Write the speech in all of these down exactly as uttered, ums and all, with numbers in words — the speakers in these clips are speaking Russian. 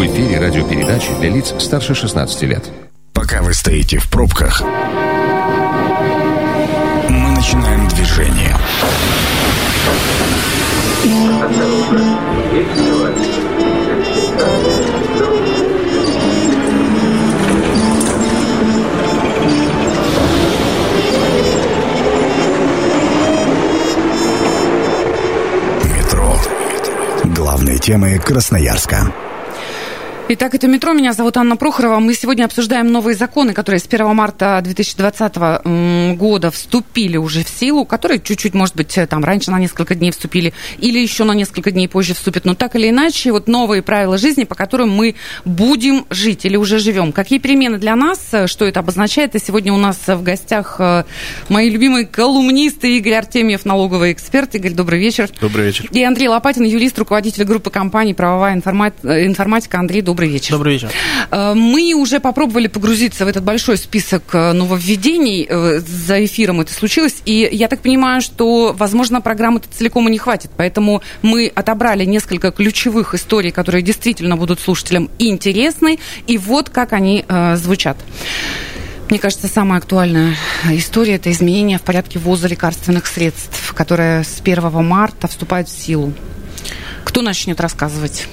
В эфире радиопередачи для лиц старше шестнадцати лет. Пока вы стоите в пробках, мы начинаем движение. Метро. Главные темы Красноярска. Итак, это «Метро». Меня зовут Анна Прохорова. Мы сегодня обсуждаем новые законы, которые с первого марта две тысячи двадцатого года вступили уже в силу, которые чуть-чуть, может быть, там раньше на несколько дней вступили или еще на несколько дней позже вступят. Но так или иначе, вот новые правила жизни, по которым мы будем жить или уже живем. Какие перемены для нас, что это обозначает? И сегодня у нас в гостях мои любимые колумнисты Игорь Артемьев, налоговый эксперт. Игорь, добрый вечер. Добрый вечер. И Андрей Лопатин, юрист, руководитель группы компаний «Правовая информатика». Андрей, добрый вечер. Добрый вечер. Мы уже попробовали погрузиться в этот большой список нововведений. За эфиром это случилось. И я так понимаю, что, возможно, программы-то целиком и не хватит. Поэтому мы отобрали несколько ключевых историй, которые действительно будут слушателям интересны. И вот как они э, звучат. Мне кажется, самая актуальная история – это изменение в порядке ввоза лекарственных средств, которое с первого марта вступает в силу. Кто начнет рассказывать?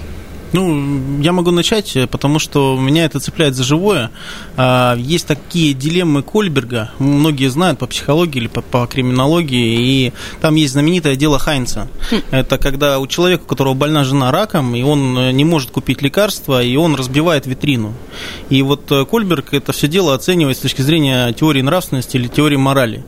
Ну, я могу начать, потому что меня это цепляет за живое. Есть такие дилеммы Кольберга, многие знают по психологии или по, по криминологии, и там есть знаменитое дело Хайнца. Это когда у человека, у которого больна жена раком, и он не может купить лекарства, и он разбивает витрину. И вот Кольберг это все дело оценивает с точки зрения теории нравственности или теории морали.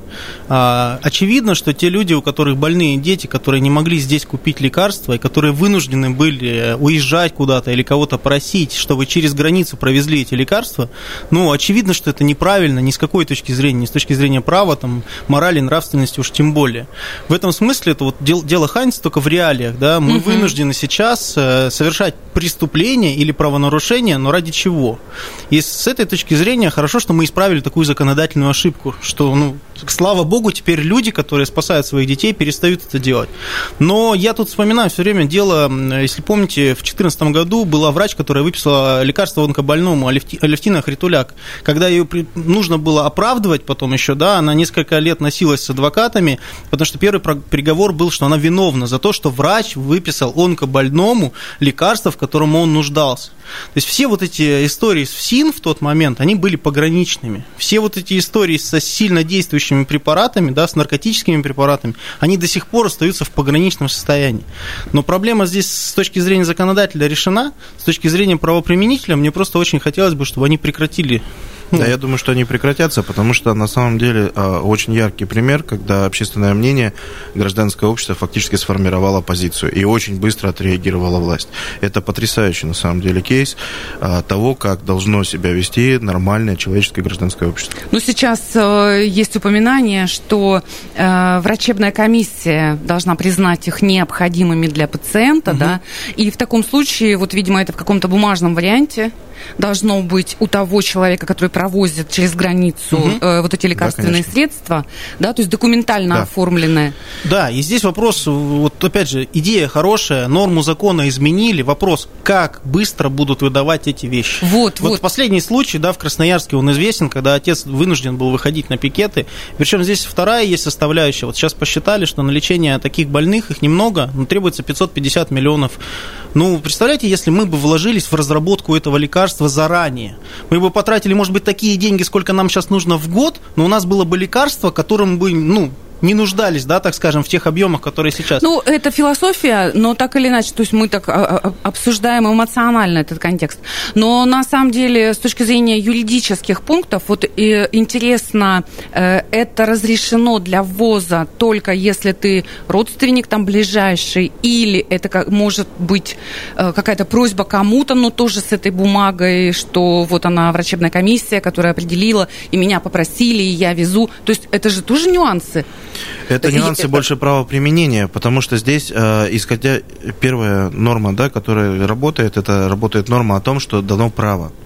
Очевидно, что те люди, у которых больные дети, которые не могли здесь купить лекарства, и которые вынуждены были уезжать куда-то или кого-то просить, чтобы через границу провезли эти лекарства, ну, очевидно, что это неправильно ни с какой точки зрения, ни с точки зрения права, там, морали, нравственности уж тем более. В этом смысле это вот дело, дело Хайнца только в реалиях, да, мы угу. вынуждены сейчас совершать преступление или правонарушение, но ради чего? И с этой точки зрения хорошо, что мы исправили такую законодательную ошибку, что, ну, слава богу, теперь люди, которые спасают своих детей, перестают это делать. Но я тут вспоминаю все время дело, если помните, в две тысячи четырнадцатом году была врач, которая выписала лекарство онкобольному, Алевтина Хритуляк. Когда ее нужно было оправдывать потом еще, да, она несколько лет носилась с адвокатами, потому что первый приговор был, что она виновна за то, что врач выписал онкобольному лекарство, в котором он нуждался. То есть все вот эти истории с ФСИН в тот момент, они были пограничными. Все вот эти истории со сильно действующими препаратами, да, с наркотическими препаратами, они до сих пор остаются в пограничном состоянии. Но проблема здесь с точки зрения законодателя решена, с точки зрения правоприменителя мне просто очень хотелось бы, чтобы они прекратили. Да, я думаю, что они прекратятся, потому что на самом деле очень яркий пример, когда общественное мнение, гражданское общество фактически сформировало позицию и очень быстро отреагировала власть. Это потрясающий на самом деле кейс того, как должно себя вести нормальное человеческое гражданское общество. Ну, сейчас э, есть упоминание, что э, врачебная комиссия должна признать их необходимыми для пациента, угу. да, и в таком случае, вот, видимо, это в каком-то бумажном варианте должно быть у того человека, который провозит через границу угу. э, вот эти лекарственные да, средства, да, то есть документально да. оформленные. Да, и здесь вопрос, вот опять же, идея хорошая, норму закона изменили, вопрос, как быстро будут выдавать эти вещи. Вот, вот. Вот последний случай, да, в Красноярске, он известен, когда отец вынужден был выходить на пикеты, причем здесь вторая есть составляющая, вот сейчас посчитали, что на лечение таких больных, их немного, но требуется пятьсот пятьдесят миллионов. Ну, представляете, если мы бы вложились в разработку этого лекарства заранее, мы бы потратили, может быть, такие деньги, сколько нам сейчас нужно в год, но у нас было бы лекарство, которым бы, ну, не нуждались, да, так скажем, в тех объемах, которые сейчас. Ну, это философия, но так или иначе, то есть мы так обсуждаем эмоционально этот контекст. Но на самом деле, с точки зрения юридических пунктов, вот и интересно, это разрешено для ввоза только если ты родственник там ближайший, или это как, может быть какая-то просьба кому-то, но тоже с этой бумагой, что вот она врачебная комиссия, которая определила, и меня попросили, и я везу. То есть это же тоже нюансы. Это нюансы это... больше правоприменения, потому что здесь, э, исходя, первая норма, да, которая работает, это работает норма о том, что дано право.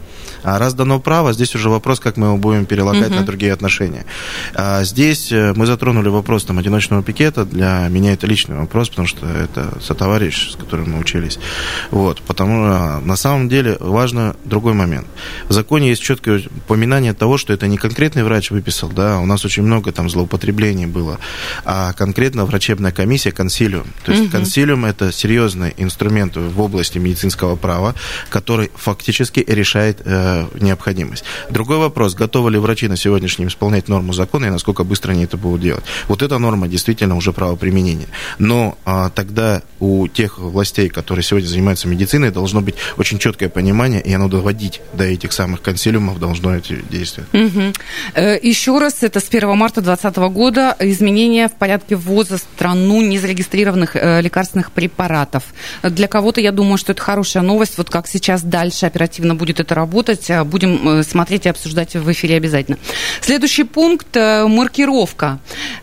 А раз дано право, здесь уже вопрос, как мы его будем перелагать uh-huh. на другие отношения. А здесь мы затронули вопрос там, одиночного пикета. Для меня это личный вопрос, потому что это сотоварищ, с которым мы учились. Вот. Потому что на самом деле важно другой момент. В законе есть четкое упоминание того, что это не конкретный врач выписал, да, у нас очень много там злоупотреблений было, а конкретно врачебная комиссия, консилиум. То есть uh-huh. консилиум – это серьезный инструмент в области медицинского права, который фактически решает э, необходимость. Другой вопрос, готовы ли врачи на сегодняшний день исполнять норму закона и насколько быстро они это будут делать. Вот эта норма действительно уже правоприменение. Но а, тогда у тех властей, которые сегодня занимаются медициной, должно быть очень четкое понимание, и оно доводить до этих самых консилиумов должно эти действия. Угу. Еще раз, это с первого марта две тысячи двадцатого года изменения в порядке ввоза в страну незарегистрированных лекарственных препаратов. Для кого-то, я думаю, что это хорошая новость. Вот как сейчас дальше оперативно будет это работать, будем смотреть и обсуждать в эфире обязательно. Следующий пункт – маркировка.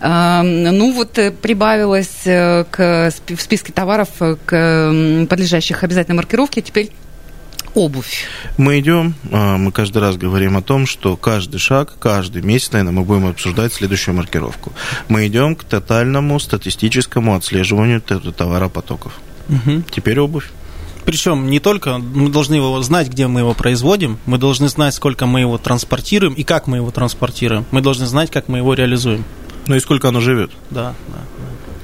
Ну вот прибавилось к, в списке товаров, к подлежащих обязательной маркировке, теперь обувь. Мы идем, мы каждый раз говорим о том, что каждый шаг, каждый месяц, наверное, мы будем обсуждать следующую маркировку. Мы идем к тотальному статистическому отслеживанию товаропотоков. Угу. Теперь обувь. Причем не только мы должны его знать, где мы его производим, мы должны знать, сколько мы его транспортируем и как мы его транспортируем. Мы должны знать, как мы его реализуем. Ну и сколько оно живет. Да, да, да.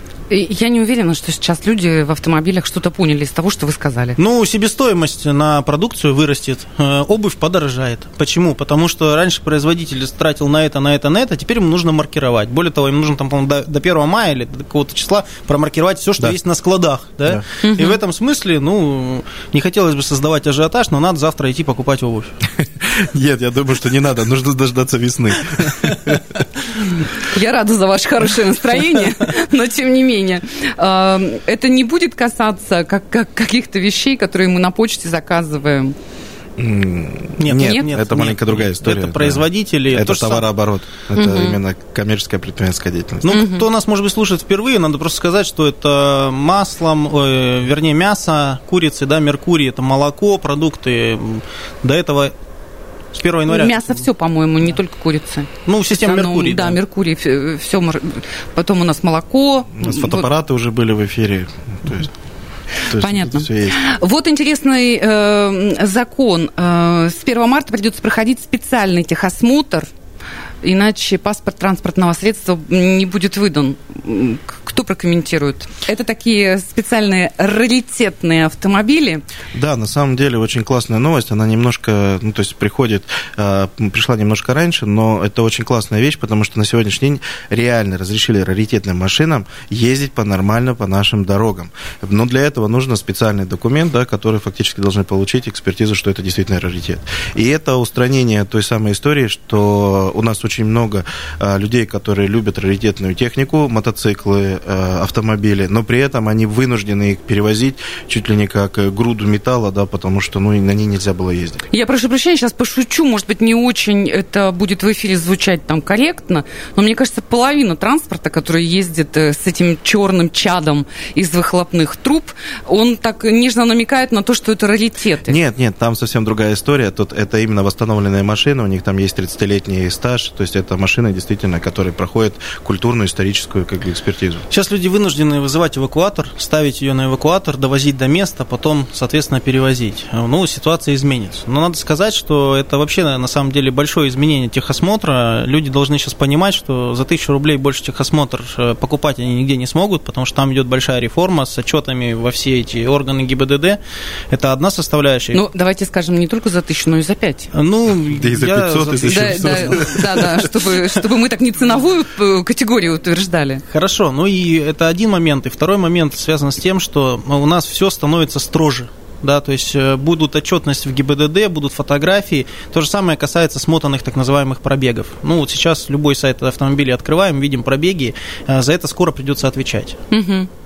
Я не уверена, что сейчас люди в автомобилях что-то поняли из того, что вы сказали. Ну, себестоимость на продукцию вырастет, обувь подорожает. Почему? Потому что раньше производитель тратил на это, на это, на это, теперь ему нужно маркировать. Более того, им нужно там, по-моему, до, до первого мая или до какого-то числа промаркировать все, что да. есть на складах. Да? Да. И угу. в этом смысле, ну, не хотелось бы создавать ажиотаж, но надо завтра идти покупать обувь. Нет, я думаю, что не надо, нужно дождаться весны. Я рада за ваше хорошее настроение, но тем не менее. Это не будет касаться как, как, каких-то вещей, которые мы на почте заказываем? Нет, нет, нет, нет это нет, маленько нет, другая история. Это производители. Да. Это товарооборот. Это угу. именно коммерческая предпринимательская деятельность. Ну, угу. кто нас, может быть, слушает впервые, надо просто сказать, что это маслом, ой, вернее, мясо, курицы, да, Меркурий, это молоко, продукты. До этого... С первого января. Мясо все, по-моему, не только курица. Ну, система Меркурий. Да, да, Меркурий, все, все. Потом у нас молоко. У нас фотоаппараты вот. Уже были в эфире. То есть, то есть понятно. Вот интересный э, закон. Э, с первого марта придется проходить специальный техосмотр, иначе паспорт транспортного средства не будет выдан. Кто прокомментирует? Это такие специальные раритетные автомобили? Да, на самом деле очень классная новость. Она немножко, ну, то есть приходит, э, пришла немножко раньше, но это очень классная вещь, потому что на сегодняшний день реально разрешили раритетным машинам ездить по нормально по нашим дорогам. Но для этого нужно специальный документ, да, который фактически должны получить экспертизу, что это действительно раритет. И это устранение той самой истории, что у нас очень много э, людей, которые любят раритетную технику, мотоциклы, автомобили, но при этом они вынуждены их перевозить чуть ли не как груду металла, да, потому что, ну, на ней нельзя было ездить. Я прошу прощения, сейчас пошучу, может быть, не очень это будет в эфире звучать там корректно, но мне кажется, половина транспорта, который ездит с этим черным чадом из выхлопных труб, он так нежно намекает на то, что это раритеты. Нет, нет, там совсем другая история. Тут это именно восстановленная машина, у них там есть тридцатилетний стаж, то есть это машины, действительно, которые проходят культурную, историческую, как бы, экспертизу. Сейчас люди вынуждены вызывать эвакуатор, ставить ее на эвакуатор, довозить до места, потом, соответственно, перевозить. Ну, ситуация изменится. Но надо сказать, что это вообще, на самом деле, большое изменение техосмотра. Люди должны сейчас понимать, что за тысячу рублей больше техосмотр покупать они нигде не смогут, потому что там идет большая реформа с отчетами во все эти органы ГИБДД. Это одна составляющая. Ну, давайте скажем, не только за тысячу, но и за пять. Ну, да и за пятьсот, и за семьсот. Да, да, чтобы, чтобы мы так не ценовую категорию утверждали. Хорошо, ну и это один момент. И второй момент связан с тем, что у нас все становится строже. Да, то есть будут отчетность в ГИБДД, будут фотографии. То же самое касается смотанных так называемых пробегов. Ну вот сейчас любой сайт автомобилей открываем, видим пробеги, за это скоро придется отвечать. Угу.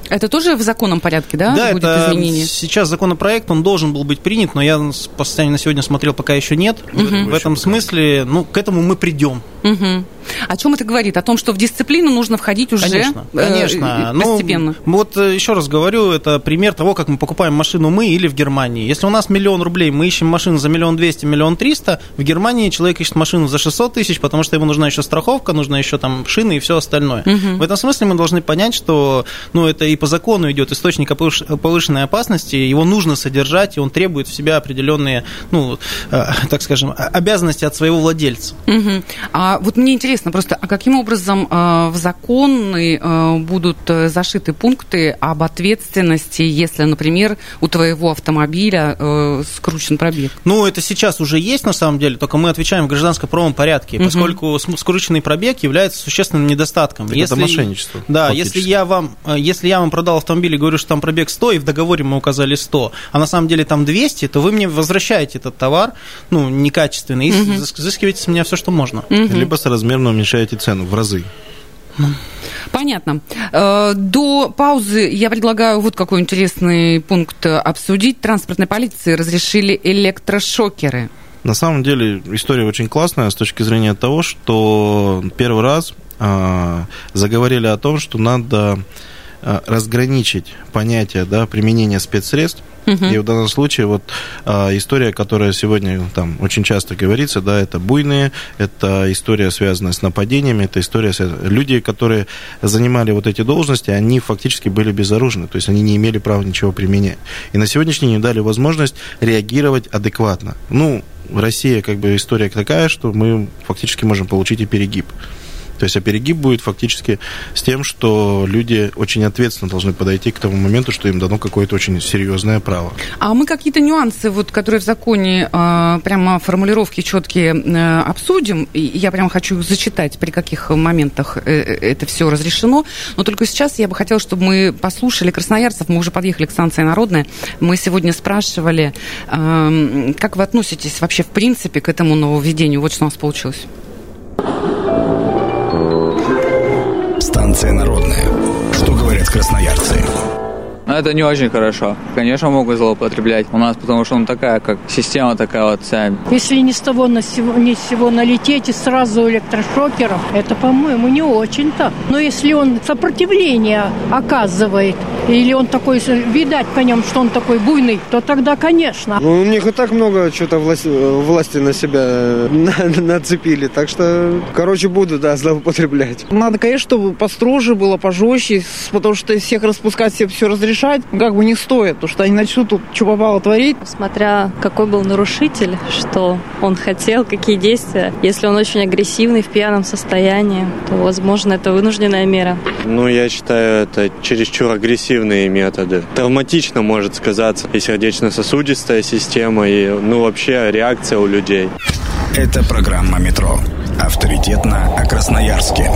Это тоже в законном порядке, да, да, будет это изменение? Сейчас законопроект, он должен был быть принят, но я по состоянию на сегодня смотрел, пока еще нет. Угу. В этом смысле, ну, к этому мы придем. Угу. О чем это говорит? О том, что в дисциплину нужно входить уже конечно, конечно. Э, постепенно? Ну, вот еще раз говорю, это пример того, как мы покупаем машину мы или в Германии. Если у нас миллион рублей, мы ищем машину за миллион двести, миллион триста, в Германии человек ищет машину за шестьсот тысяч, потому что ему нужна еще страховка, нужна еще там шины и все остальное. Угу. В этом смысле мы должны понять, что ну, это и по закону идет источник повышенной опасности, его нужно содержать, и он требует в себя определенные, ну, э, так скажем, обязанности от своего владельца. Угу. А вот мне интересно просто, а каким образом э, в законы э, будут зашиты пункты об ответственности, если, например, у твоего автомобиля э, скручен пробег? Ну, это сейчас уже есть, на самом деле, только мы отвечаем в гражданско-правовом порядке, угу. поскольку скрученный пробег является существенным недостатком. Так если, это мошенничество. Да, если я, вам, если я вам продал автомобиль и говорю, что там пробег сто, и в договоре мы указали сто, а на самом деле там двести, то вы мне возвращаете этот товар, ну, некачественный, и угу. взыскиваете с меня все, что можно. Угу. Либо соразмерно уменьшаете цену в разы. Понятно. До паузы я предлагаю вот какой интересный пункт обсудить. Транспортной полиции разрешили электрошокеры. На самом деле история очень классная с точки зрения того, что первый раз а, заговорили о том, что надо а, разграничить понятие, да, применения спецсредств. Uh-huh. И в данном случае вот а, история, которая сегодня там очень часто говорится, да, это буйные, это история, связанная с нападениями, это история, люди, которые занимали вот эти должности, они фактически были безоружны, то есть они не имели права ничего применять. И на сегодняшний день дали возможность реагировать адекватно. Ну, Россия, как бы, история такая, что мы фактически можем получить и перегиб. То есть, а перегиб будет фактически с тем, что люди очень ответственно должны подойти к тому моменту, что им дано какое-то очень серьезное право. А мы какие-то нюансы, вот, которые в законе, э, прямо формулировки четкие э, обсудим. И я прямо хочу зачитать, при каких моментах э, это все разрешено. Но только сейчас я бы хотела, чтобы мы послушали красноярцев. Мы уже подъехали к станции Народная. Мы сегодня спрашивали, э, как вы относитесь вообще в принципе к этому нововведению. Вот что у нас получилось. Станция Народная. Что говорят красноярцы? Это не очень хорошо. Конечно, могут злоупотреблять у нас, потому что ну, такая, как система такая вот вся. Если ни с того ни с сего, ни с сего налететь и сразу электрошокером, это, по-моему, не очень-то. Но если он сопротивление оказывает, или он такой, видать по нем, что он такой буйный, то тогда, конечно. Ну, у них и так много что-то власти, власти на себя нацепили, так что, короче, буду, да, злоупотреблять. Надо, конечно, чтобы построже было, пожестче, потому что всех распускать, всем все разрешать, как бы не стоит, потому что они начнут тут что попало творить. Смотря какой был нарушитель, что он хотел, какие действия. Если он очень агрессивный, в пьяном состоянии, то, возможно, это вынужденная мера. Ну, я считаю, это чересчур агрессивные методы. Травматично может сказаться и сердечно-сосудистая система, и, ну, вообще реакция у людей. Это программа «Метро». Авторитетно о Красноярске.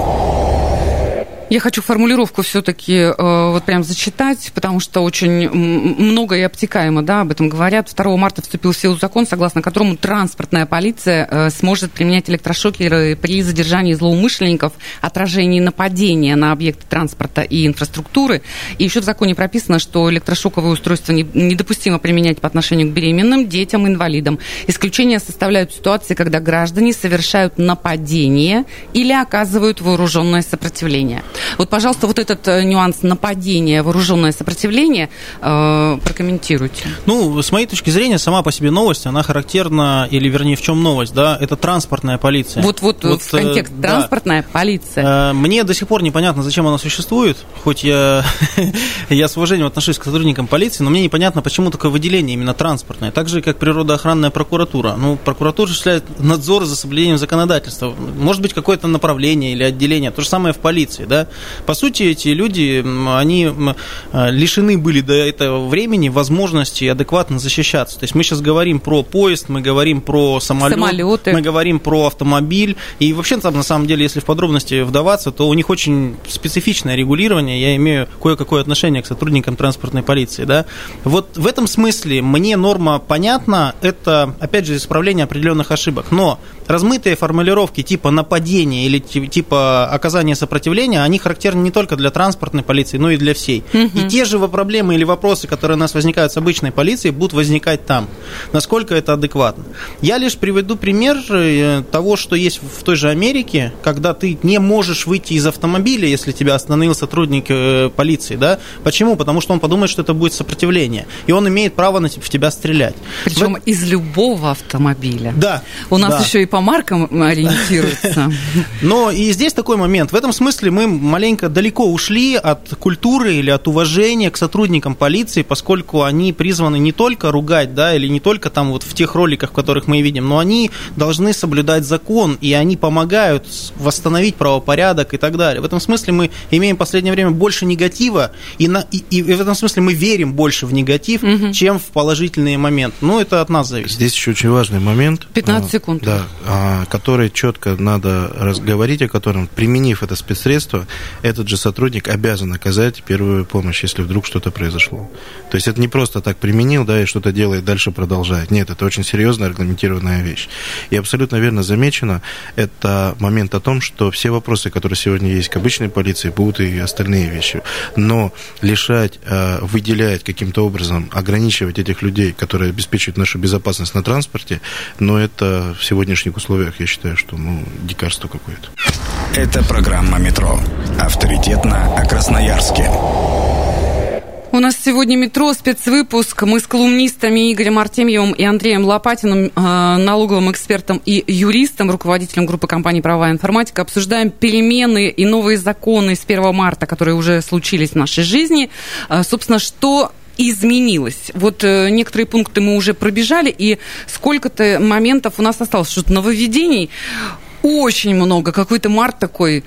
Я хочу формулировку все-таки э, вот прям зачитать, потому что очень много и обтекаемо, да, об этом говорят. второго марта вступил в силу закон, согласно которому транспортная полиция э, сможет применять электрошокеры при задержании злоумышленников, отражении нападения на объекты транспорта и инфраструктуры. И еще в законе прописано, что электрошоковые устройства не, недопустимо применять по отношению к беременным, детям, инвалидам. Исключения составляют ситуации, когда граждане совершают нападение или оказывают вооруженное сопротивление. Вот, пожалуйста, вот этот нюанс нападения, вооруженное сопротивление э, прокомментируйте. Ну, с моей точки зрения, сама по себе новость, она характерна, или вернее, в чем новость, да, это транспортная полиция. Вот, вот, вот в контекст э, транспортная да. полиция. Мне до сих пор непонятно, зачем она существует, хоть я, я с уважением отношусь к сотрудникам полиции, но мне непонятно, почему такое выделение именно транспортное, так же, как природоохранная прокуратура. Ну, прокуратура осуществляет надзор за соблюдением законодательства. Может быть, какое-то направление или отделение, то же самое в полиции, да. По сути, эти люди, они лишены были до этого времени возможности адекватно защищаться. То есть мы сейчас говорим про поезд, мы говорим про самолет, самолеты, мы говорим про автомобиль. И вообще, там, на самом деле, если в подробности вдаваться, то у них очень специфичное регулирование. Я имею кое-какое отношение к сотрудникам транспортной полиции. Да? Вот в этом смысле мне норма понятна. Это, опять же, исправление определенных ошибок. Но размытые формулировки типа нападения или типа оказания сопротивления, они характерны не только для транспортной полиции, но и для всей. Угу. И те же проблемы или вопросы, которые у нас возникают с обычной полицией, будут возникать там. Насколько это адекватно? Я лишь приведу пример того, что есть в той же Америке, когда ты не можешь выйти из автомобиля, если тебя остановил сотрудник полиции. Да? Почему? Потому что он подумает, что это будет сопротивление. И он имеет право в тебя стрелять. Причем в... из любого автомобиля. Да. У нас да. еще и по маркам ориентируются. Но и здесь такой момент. В этом смысле мы маленько далеко ушли от культуры или от уважения к сотрудникам полиции, поскольку они призваны не только ругать, да, или не только там вот в тех роликах, в которых мы видим, но они должны соблюдать закон, и они помогают восстановить правопорядок и так далее. В этом смысле мы имеем в последнее время больше негатива, и, на, и, и в этом смысле мы верим больше в негатив, угу. чем в положительные моменты. Ну, это от нас зависит. Здесь еще очень важный момент. пятнадцать секунд. Да, который четко надо разговорить, о котором, применив это спецсредство, этот же сотрудник обязан оказать первую помощь, если вдруг что-то произошло. То есть это не просто так применил, да, и что-то делает, дальше продолжает. Нет, это очень серьезная регламентированная вещь. И абсолютно верно замечено, это момент о том, что все вопросы, которые сегодня есть к обычной полиции, будут и остальные вещи. Но лишать, выделять каким-то образом, ограничивать этих людей, которые обеспечивают нашу безопасность на транспорте, но это в сегодняшних условиях, я считаю, что ну, дикарство какое-то. Это программа «Метро». Авторитетно о Красноярске. У нас сегодня «Метро», спецвыпуск. Мы с колумнистами Игорем Артемьевым и Андреем Лопатиным, налоговым экспертом и юристом, руководителем группы компании «Правовая информатика», обсуждаем перемены и новые законы с первого марта, которые уже случились в нашей жизни. Собственно, что изменилось? Вот некоторые пункты мы уже пробежали, и сколько-то моментов у нас осталось, что-то нововведений. Очень много. Какой-то март такой.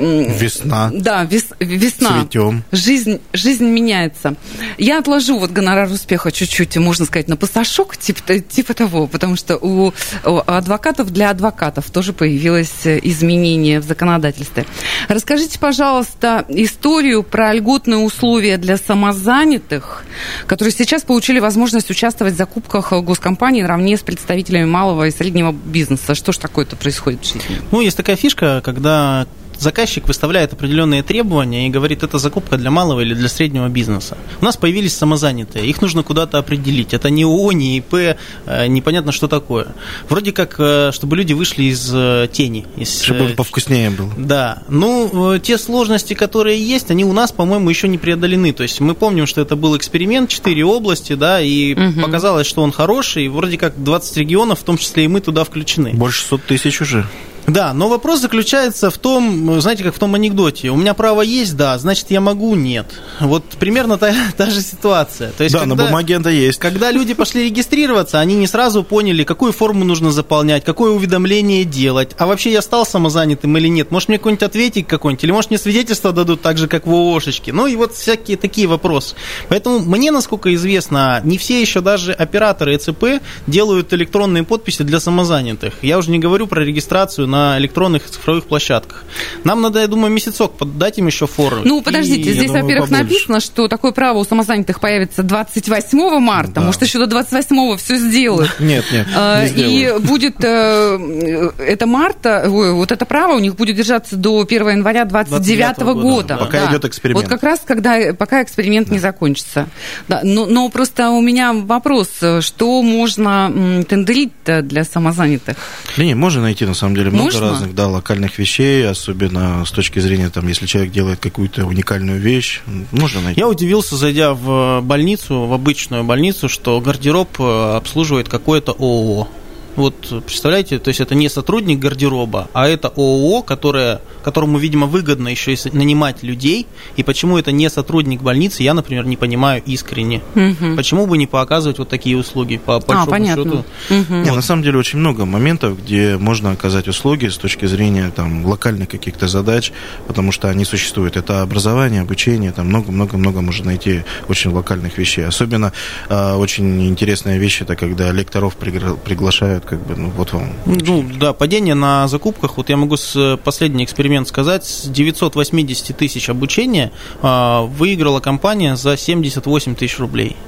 Весна. Да, вес, весна. Цветем. Жизнь, жизнь меняется. Я отложу вот гонорар успеха чуть-чуть, можно сказать, на пасашок, типа, типа того, потому что у, у адвокатов для адвокатов тоже появилось изменение в законодательстве. Расскажите, пожалуйста, историю про льготные условия для самозанятых, которые сейчас получили возможность участвовать в закупках госкомпаний наравне с представителями малого и среднего бизнеса. Что ж такое-то происходит в жизни? Ну, есть такая фишка, когда заказчик выставляет определенные требования и говорит, это закупка для малого или для среднего бизнеса. У нас появились самозанятые, их нужно куда-то определить. Это не ООО, не ИП, непонятно, что такое. Вроде как, чтобы люди вышли из тени. Из... Чтобы повкуснее было. Да. Ну, те сложности, которые есть, они у нас, по-моему, еще не преодолены. То есть мы помним, что это был эксперимент, четыре области, да, и угу. показалось, что он хороший, и вроде как двадцать регионов, в том числе и мы, туда включены. Больше сот тысяч уже. Да, но вопрос заключается в том, знаете, как в том анекдоте. У меня право есть, да, значит, я могу, нет. Вот примерно та, та же ситуация. То есть, да, когда, на бумаге это есть. Когда люди пошли регистрироваться, они не сразу поняли, какую форму нужно заполнять, какое уведомление делать. А вообще я стал самозанятым или нет? Может, мне какой-нибудь ответик какой-нибудь? Или, может, мне свидетельство дадут так же, как в ООшечке? Ну, и вот всякие такие вопросы. Поэтому мне, насколько известно, не все еще даже операторы ЭЦП делают электронные подписи для самозанятых. Я уже не говорю про регистрацию на на электронных и цифровых площадках. Нам надо, я думаю, месяцок дать им еще фору. Ну, подождите, и, здесь, думаю, во-первых, побольше. написано, что такое право у самозанятых появится двадцать восьмого марта. Да. Может, еще до двадцать восьмого все сделают. Нет, нет, не сделают. И будет это марта, вот это право у них будет держаться до первого января двадцать девятого года. Пока идет эксперимент. Вот как раз, когда, пока эксперимент не закончится. Да, но, но просто у меня вопрос, что можно тендерить-то для самозанятых? Да не, можно найти, на самом деле, много Можно? разных, да, локальных вещей, особенно с точки зрения, там, если человек делает какую-то уникальную вещь, можно найти. Я удивился, зайдя в больницу, в обычную больницу, что гардероб обслуживает какое-то ООО. Вот, представляете, то есть это не сотрудник гардероба, а это ООО, которое, которому, видимо, выгодно еще и нанимать людей. И почему это не сотрудник больницы, я, например, не понимаю искренне. Угу. Почему бы не показывать вот такие услуги по большому а, понятно. счету? Угу. Не, на самом деле очень много моментов, где можно оказать услуги с точки зрения там, локальных каких-то задач, потому что они существуют. Это образование, обучение, там много-много-много можно найти очень локальных вещей. Особенно э, очень интересная вещь, это когда лекторов пригла- приглашают, как бы, ну вот вам. Ну, да, падение на закупках, вот я могу с последний эксперимент сказать, с девятьсот восемьдесят тысяч обучения э, выиграла компания за семьдесят восемь тысяч рублей.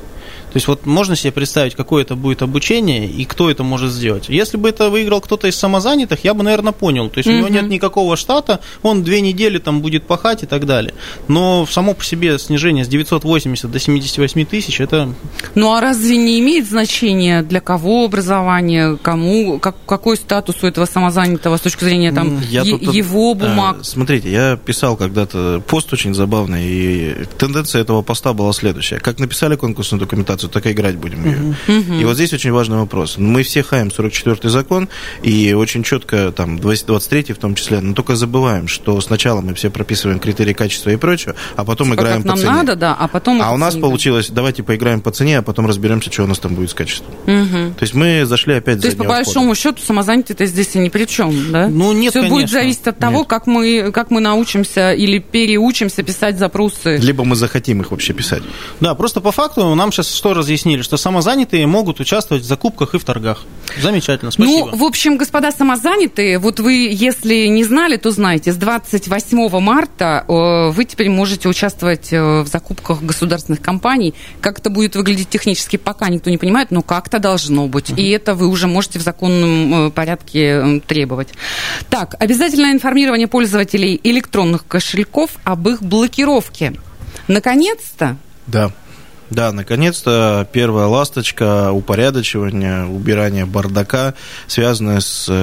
То есть вот можно себе представить, какое это будет обучение и кто это может сделать. Если бы это выиграл кто-то из самозанятых, я бы, наверное, понял. То есть mm-hmm. у него нет никакого штата, он две недели там будет пахать и так далее. Но само по себе снижение с девятьсот восемьдесят до семьдесят восемь тысяч, это... Ну а разве не имеет значения, для кого образование, кому, как, какой статус у этого самозанятого с точки зрения там, я е- тут, его бумаг? А, смотрите, я писал когда-то пост очень забавный, и тенденция этого поста была следующая. Как написали конкурсную документацию, так и играть будем ее. Uh-huh. И вот здесь очень важный вопрос. Мы все хаем сорок четвёртый закон, и очень четко, там, двадцать третий в том числе, но только забываем, что сначала мы все прописываем критерии качества и прочего, а потом типа играем по цене. Нам надо, да, а потом... А у нас получилось, давайте поиграем по цене, а потом разберемся, что у нас там будет с качеством. Uh-huh. То есть мы зашли опять с заднего входа. То есть, по большому счету, самозанятый-то здесь и ни при чем, да? Ну, нет, Все конечно. будет зависеть от того, как мы, как мы научимся или переучимся писать запросы. Либо мы захотим их вообще писать. Да, просто по факту нам сейчас что разъяснили, что самозанятые могут участвовать в закупках и в торгах. Замечательно, спасибо. Ну, в общем, господа самозанятые, вот вы, если не знали, то знаете, с двадцать восьмого марта вы теперь можете участвовать в закупках государственных компаний. Как это будет выглядеть технически, пока никто не понимает, но как-то должно быть. Uh-huh. И это вы уже можете в законном порядке требовать. Так, обязательное информирование пользователей электронных кошельков об их блокировке. Наконец-то? Да. Да, наконец-то первая ласточка упорядочивания, убирания бардака, связанная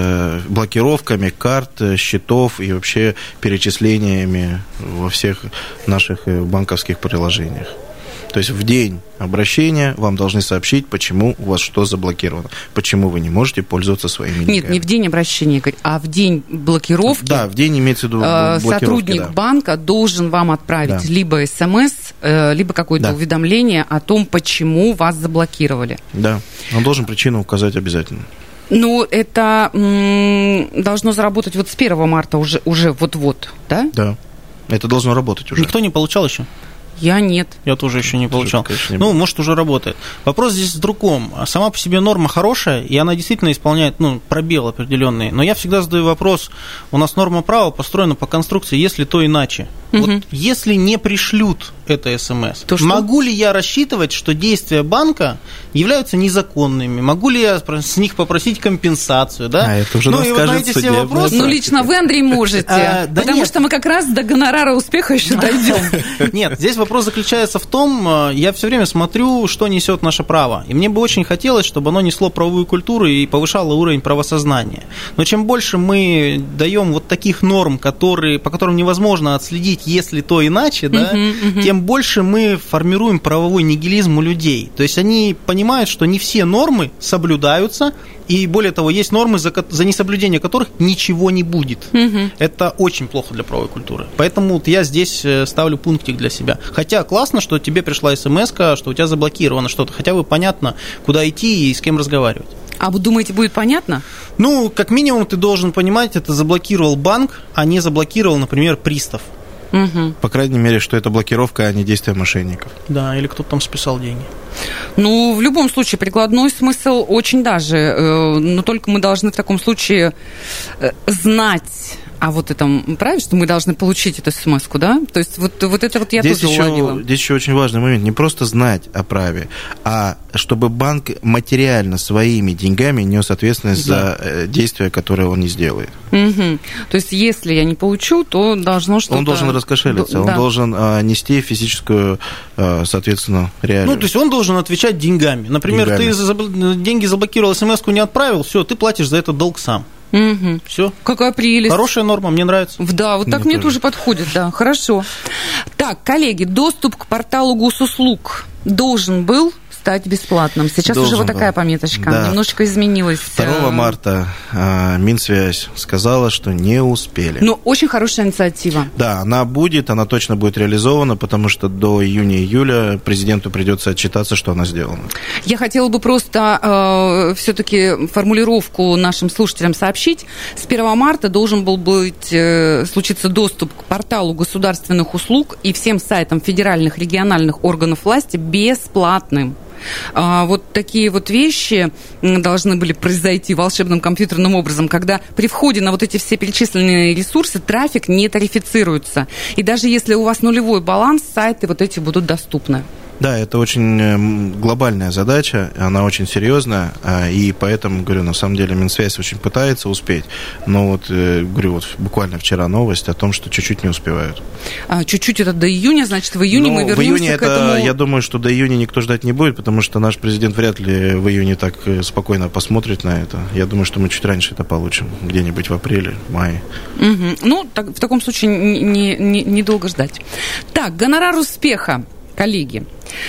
с блокировками карт, счетов и вообще перечислениями во всех наших банковских приложениях. То есть в день обращения вам должны сообщить, почему у вас что заблокировано, почему вы не можете пользоваться своими деньгами. Нет, не в день обращения, а в день блокировки. Да, в день имеется в виду блокировки. Сотрудник да. банка должен вам отправить да. либо СМС, либо какое-то да. уведомление о том, почему вас заблокировали. Да, он должен причину указать обязательно. Ну, это м- должно заработать вот с первого марта уже, уже вот-вот, да? Да, это должно работать уже. Никто не получал еще? Я нет. Я тоже еще не получал. Конечно, не ну, может, уже работает. Вопрос здесь в другом. Сама по себе норма хорошая, и она действительно исполняет, ну, пробел определенный. Но я всегда задаю вопрос, у нас норма права построена по конструкции, если то иначе. Угу. Вот если не пришлют это СМС, то могу ли я рассчитывать, что действия банка являются незаконными? Могу ли я с них попросить компенсацию? Да? А, это уже ну, и вот на эти все вопросы... Ну, лично вы, Андрей, можете. А, да потому нет. что мы как раз до гонорара успеха еще дойдем. Нет, здесь вопрос заключается в том, я все время смотрю, что несет наше право. И мне бы очень хотелось, чтобы оно несло правовую культуру и повышало уровень правосознания. Но чем больше мы даем вот таких норм, которые, по которым невозможно отследить, если то иначе, да, uh-huh, uh-huh. тем больше мы формируем правовой нигилизм у людей. То есть они понимают, что не все нормы соблюдаются, и более того, есть нормы, за, за несоблюдение которых ничего не будет. Uh-huh. Это очень плохо для правовой культуры. Поэтому вот я здесь ставлю пунктик для себя. Хотя классно, что тебе пришла смс-ка, что у тебя заблокировано что-то. Хотя бы понятно, куда идти и с кем разговаривать. А вы думаете, будет понятно? Ну, как минимум, ты должен понимать, это заблокировал банк, а не заблокировал, например, пристав. Угу. По крайней мере, что это блокировка, а не действия мошенников. Да, или кто-то там списал деньги. Ну, в любом случае, прикладной смысл очень даже. Но только мы должны в таком случае знать о вот этом праве, что мы должны получить эту смс-ку, да? То есть вот, вот это вот я здесь тоже еще, уловила. Здесь еще очень важный момент. Не просто знать о праве, а чтобы банк материально своими деньгами нес ответственность да. за действия, которые он не сделает. Угу. То есть если я не получу, то должно что-то... Он должен раскошелиться, да. он должен а, нести физическую, а, соответственно, реалию. Ну, то есть он должен отвечать деньгами. Например, деньгами. Ты забл... деньги заблокировал, смс-ку не отправил, все, ты платишь за этот долг сам. Угу. Все. Какая прелесть. Хорошая норма, мне нравится. Да, вот так мне, мне тоже подходит, да, хорошо. Так, коллеги, доступ к порталу госуслуг должен был стать бесплатным. Сейчас должен уже вот был. Такая пометочка, да. немножечко изменилась. второго марта э, Минсвязь сказала, что не успели. Ну, очень хорошая инициатива. Да, она будет, она точно будет реализована, потому что до июня-июля президенту придется отчитаться, что она сделана. Я хотела бы просто э, все-таки формулировку нашим слушателям сообщить. С первого марта должен был быть э, случиться доступ к порталу государственных услуг и всем сайтам федеральных, региональных органов власти бесплатным. Вот такие вот вещи должны были произойти волшебным компьютерным образом, когда при входе на вот эти все перечисленные ресурсы трафик не тарифицируется. И даже если у вас нулевой баланс, сайты вот эти будут доступны. Да, это очень глобальная задача, она очень серьезная, и поэтому, говорю, на самом деле Минсвязь очень пытается успеть, но вот, говорю, вот буквально вчера новость о том, что чуть-чуть не успевают. А, чуть-чуть это до июня, значит, в июне ну, мы вернемся в июне к это, этому... Я думаю, что до июня никто ждать не будет, потому что наш президент вряд ли в июне так спокойно посмотрит на это. Я думаю, что мы чуть раньше это получим, где-нибудь в апреле, мае. Угу. Ну, так, в таком случае недолго не, не, не ждать. Так, гонорар успеха. Коллеги,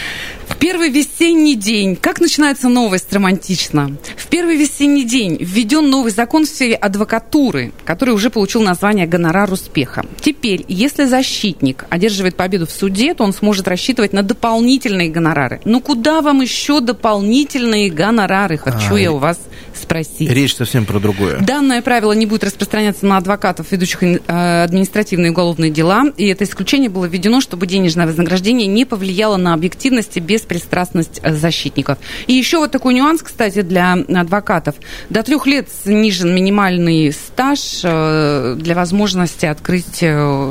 в первый весенний день, как начинается новость романтично? В первый весенний день введен новый закон в сфере адвокатуры, который уже получил название «Гонорар успеха». Теперь, если защитник одерживает победу в суде, то он сможет рассчитывать на дополнительные гонорары. Но куда вам еще дополнительные гонорары? Хочу а, я у вас спросить. Речь совсем про другое. Данное правило не будет распространяться на адвокатов, ведущих административные и уголовные дела, и это исключение было введено, чтобы денежное вознаграждение не повлияло на объективность и беспристрастность защитников. И еще вот такой нюанс, кстати, для адвокатов. До трех лет снижен минимальный стаж для возможности открыть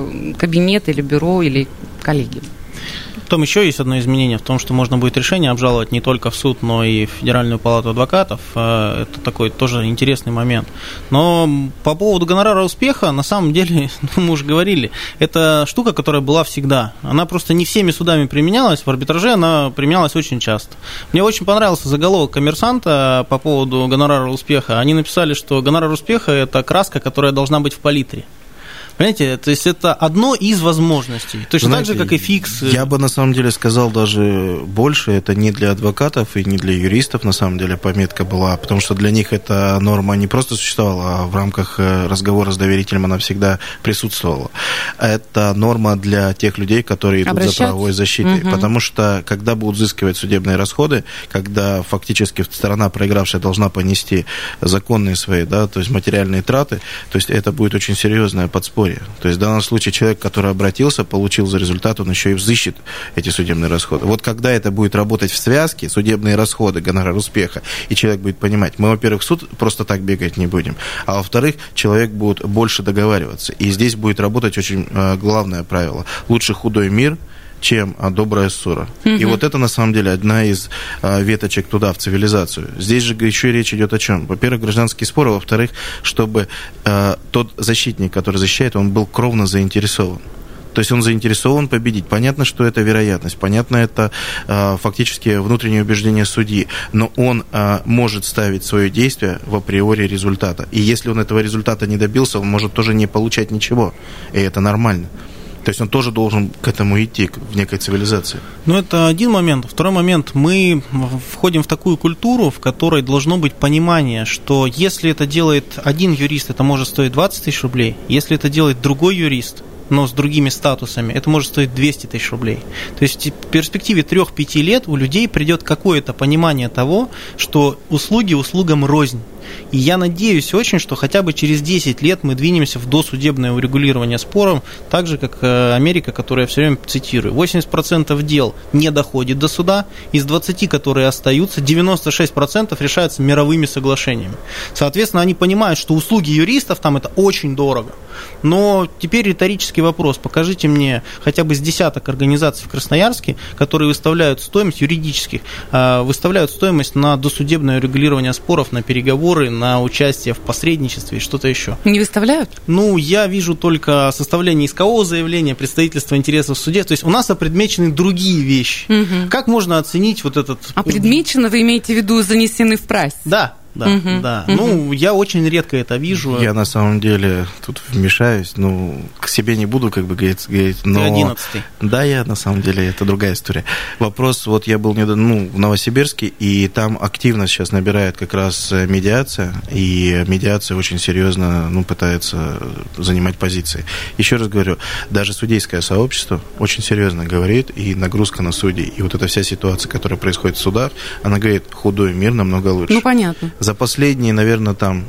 кабинет или бюро или коллегию. Потом еще есть одно изменение в том, что можно будет решение обжаловать не только в суд, но и в Федеральную палату адвокатов. Это такой тоже интересный момент. Но по поводу гонорара успеха, на самом деле, ну, мы уже говорили, это штука, которая была всегда. Она просто не всеми судами применялась, в арбитраже она применялась очень часто. Мне очень понравился заголовок «Коммерсанта» по поводу гонорара успеха. Они написали, что гонорар успеха – это краска, которая должна быть в палитре. Понимаете, то есть это одно из возможностей. Точно Знаете, так же, как и фикс. Я бы на самом деле сказал даже больше. Это не для адвокатов и не для юристов на самом деле пометка была, потому что для них эта норма не просто существовала, а в рамках разговора с доверителем она всегда присутствовала. Это норма для тех людей, которые идут за правовой защитой. Угу. Потому что когда будут взыскивать судебные расходы, когда фактически сторона проигравшая должна понести законные свои, да, то есть материальные траты, то есть это будет очень серьезное подспорье. То есть в данном случае человек, который обратился, получил за результат, он еще и взыщет эти судебные расходы. Вот когда это будет работать в связке, судебные расходы, гонорар успеха, и человек будет понимать, мы, во-первых, в суд просто так бегать не будем, а во-вторых, человек будет больше договариваться. И здесь будет работать очень э, главное правило. Лучше худой мир, чем добрая ссора. Угу. И вот это, на самом деле, одна из а, веточек туда, в цивилизацию. Здесь же еще речь идет о чем? Во-первых, гражданские споры, во-вторых, чтобы а, тот защитник, который защищает, он был кровно заинтересован. То есть он заинтересован победить. Понятно, что это вероятность, понятно, это а, фактически внутреннее убеждение судьи, но он а, может ставить свое действие в априори результата. И если он этого результата не добился, он может тоже не получать ничего. И это нормально. То есть он тоже должен к этому идти, в некой цивилизации. Ну, это один момент. Второй момент. Мы входим в такую культуру, в которой должно быть понимание, что если это делает один юрист, это может стоить двадцать тысяч рублей. Если это делает другой юрист, но с другими статусами, это может стоить двести тысяч рублей. То есть в перспективе трех-пяти лет у людей придет какое-то понимание того, что услуги услугам рознь. И я надеюсь очень, что хотя бы через десять лет мы двинемся в досудебное урегулирование споров, так же, как Америка, которую я все время цитирую. восемьдесят процентов дел не доходит до суда, из двадцати, которые остаются, девяносто шесть процентов решаются мировыми соглашениями. Соответственно, они понимают, что услуги юристов там это очень дорого. Но теперь риторический вопрос. Покажите мне хотя бы с десяток организаций в Красноярске, которые выставляют стоимость юридических, выставляют стоимость на досудебное урегулирование споров, на переговоры, на участие в посредничестве и что-то еще. Не выставляют? Ну, я вижу только составление искового заявления, представительство интересов в суде. То есть у нас опредмечены другие вещи. Угу. Как можно оценить вот этот... Опредмечено, вы имеете в виду занесены в прайс? Да. Да, угу, да. Угу. Ну, я очень редко это вижу. Я на самом деле тут вмешаюсь, ну, к себе не буду, как бы говорить, но... Ты одиннадцатый. Да, я на самом деле, это другая история. Вопрос, вот я был недавно, ну, в Новосибирске, и там активно сейчас набирает как раз медиация, и медиация очень серьезно, ну, пытается занимать позиции. Еще раз говорю, даже судейское сообщество очень серьезно говорит, и нагрузка на судей, и вот эта вся ситуация, которая происходит в судах, она говорит, худой мир намного лучше. Ну, понятно. За последние, наверное, там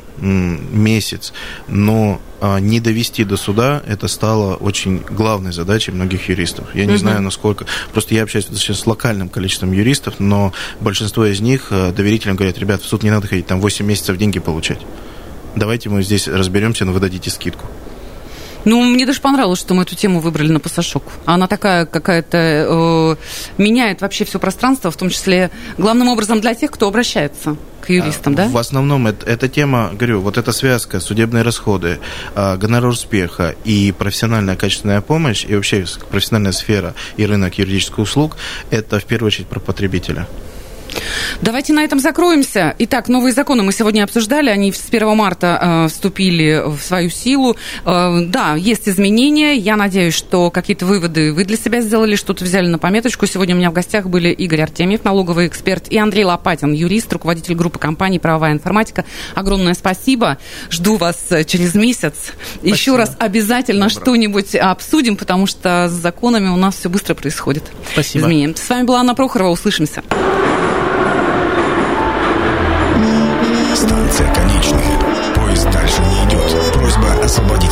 месяц, но а, не довести до суда, это стало очень главной задачей многих юристов. Я не угу. знаю, насколько... Просто я общаюсь сейчас с локальным количеством юристов, но большинство из них а, доверительно говорят, ребят, в суд не надо ходить, там восемь месяцев деньги получать. Давайте мы здесь разберемся, но вы дадите скидку. Ну, мне даже понравилось, что мы эту тему выбрали на пасашок. Она такая какая-то... Э, меняет вообще все пространство, в том числе, главным образом для тех, кто обращается к юристам, да? В основном это, эта тема, говорю, вот эта связка, судебные расходы, гонорар успеха и профессиональная качественная помощь, и вообще профессиональная сфера и рынок юридических услуг, это в первую очередь про потребителя. Давайте на этом закроемся. Итак, новые законы мы сегодня обсуждали. Они с первого марта э, вступили в свою силу. Э, да, есть изменения. Я надеюсь, что какие-то выводы вы для себя сделали, что-то взяли на пометочку. Сегодня у меня в гостях были Игорь Артемьев, налоговый эксперт, и Андрей Лопатин, юрист, руководитель группы компаний «Правовая информатика». Огромное спасибо. Жду вас через месяц. Спасибо. Еще раз обязательно Добро. что-нибудь обсудим, потому что с законами у нас все быстро происходит. Спасибо. Изменения. С вами была Анна Прохорова. Услышимся. Станция конечная. Поезд дальше не идет. Просьба освободить